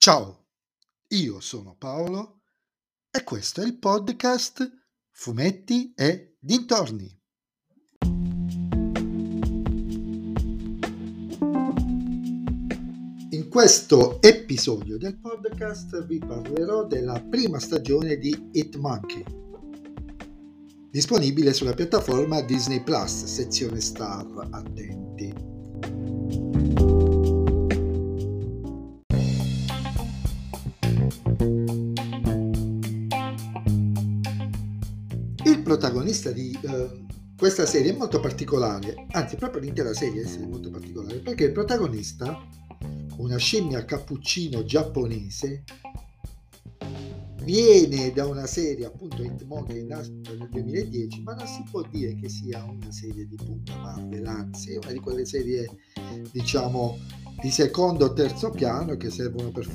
Ciao, io sono Paolo e questo è il podcast Fumetti e Dintorni. In questo episodio del podcast vi parlerò della prima stagione di Hitmonkey, disponibile sulla piattaforma Disney Plus, sezione Star attenti. Il protagonista di questa serie è molto particolare, anzi proprio l'intera serie è molto particolare, perché il protagonista, una scimmia cappuccino giapponese, viene da una serie, appunto Hitmonkey, nata nel 2010, ma non si può dire che sia una serie di punta Marvel, anzi è una di quelle serie, diciamo, di secondo o terzo piano che servono per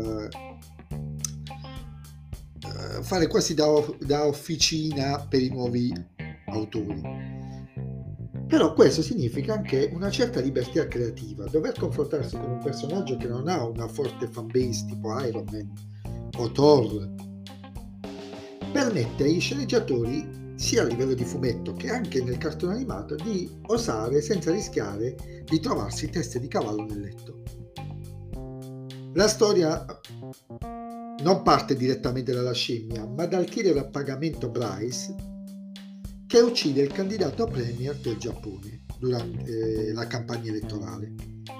fare quasi da officina per i nuovi autori. Però questo significa anche una certa libertà creativa. Dover confrontarsi con un personaggio che non ha una forte fanbase tipo Iron Man o Thor permette agli sceneggiatori, sia a livello di fumetto che anche nel cartone animato, di osare senza rischiare di trovarsi teste di cavallo nel letto. La storia non parte direttamente dalla scimmia, ma dal killer a pagamento Bryce, che uccide il candidato a premier del Giappone durante la campagna elettorale.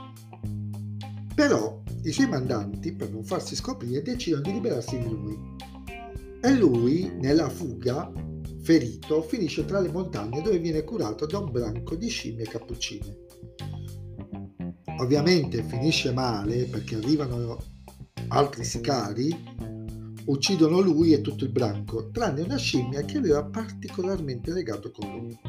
Però i suoi mandanti, per non farsi scoprire, decidono di liberarsi di lui. E lui, nella fuga, ferito, finisce tra le montagne dove viene curato da un branco di scimmie cappuccine. Ovviamente finisce male perché arrivano altri sicari, uccidono lui e tutto il branco, tranne una scimmia che aveva particolarmente legato con lui.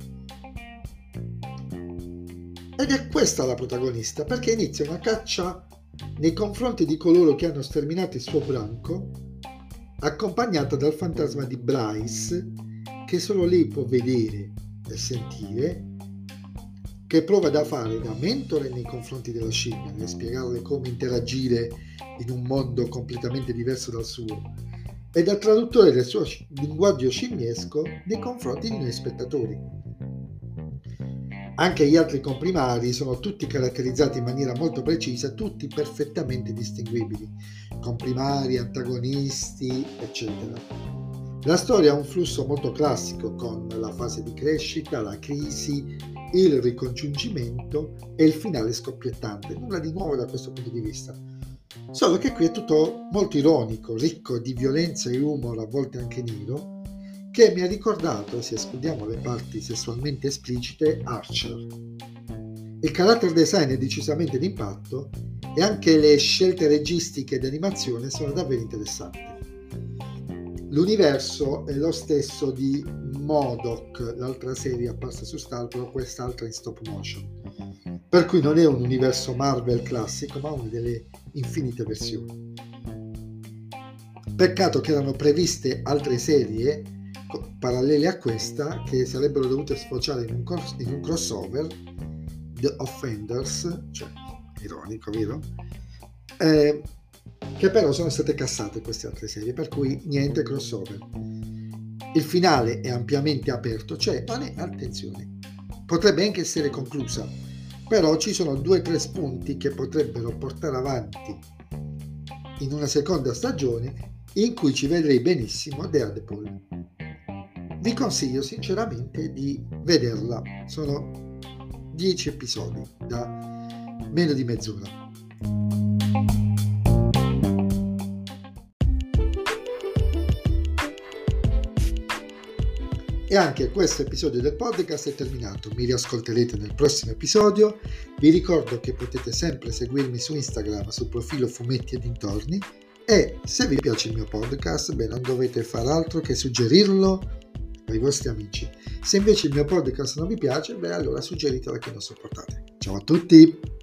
Ed è questa la protagonista, perché inizia una caccia nei confronti di coloro che hanno sterminato il suo branco, accompagnata dal fantasma di Bryce, che solo lei può vedere e sentire, che prova da fare da mentore nei confronti della scimmia, nel spiegarle come interagire in un mondo completamente diverso dal suo, e da traduttore del suo linguaggio scimmiesco nei confronti di noi spettatori. Anche gli altri comprimari sono tutti caratterizzati in maniera molto precisa, tutti perfettamente distinguibili, comprimari, antagonisti, eccetera. La storia ha un flusso molto classico, con la fase di crescita, la crisi, il ricongiungimento e il finale scoppiettante. Nulla di nuovo da questo punto di vista. Solo che qui è tutto molto ironico, ricco di violenza e humor, a volte anche nero, che mi ha ricordato, se escludiamo le parti sessualmente esplicite, Archer. Il character design è decisamente d'impatto e anche le scelte registiche di animazione sono davvero interessanti. L'universo è lo stesso di MODOK, l'altra serie apparsa su Star, però quest'altra in stop motion, per cui non è un universo Marvel classico, ma una delle infinite versioni. Peccato che erano previste altre serie parallele a questa, che sarebbero dovute sfociare in un crossover, The Offenders, cioè ironico, vero? Che però sono state cassate queste altre serie, per cui niente crossover. Il finale è ampiamente aperto, cioè non è, attenzione, potrebbe anche essere conclusa, però ci sono 2 o 3 spunti che potrebbero portare avanti in una seconda stagione in cui ci vedrei benissimo Daredevil. Vi consiglio sinceramente di vederla, sono 10 episodi da meno di mezz'ora. E anche questo episodio del podcast è terminato, mi riascolterete nel prossimo episodio. Vi ricordo che potete sempre seguirmi su Instagram sul profilo Fumetti e Dintorni, e se vi piace il mio podcast, beh, non dovete far altro che suggerirlo ai vostri amici. Se invece il mio podcast non vi piace, beh, allora suggeritelo a chi non sopportate. Ciao a tutti!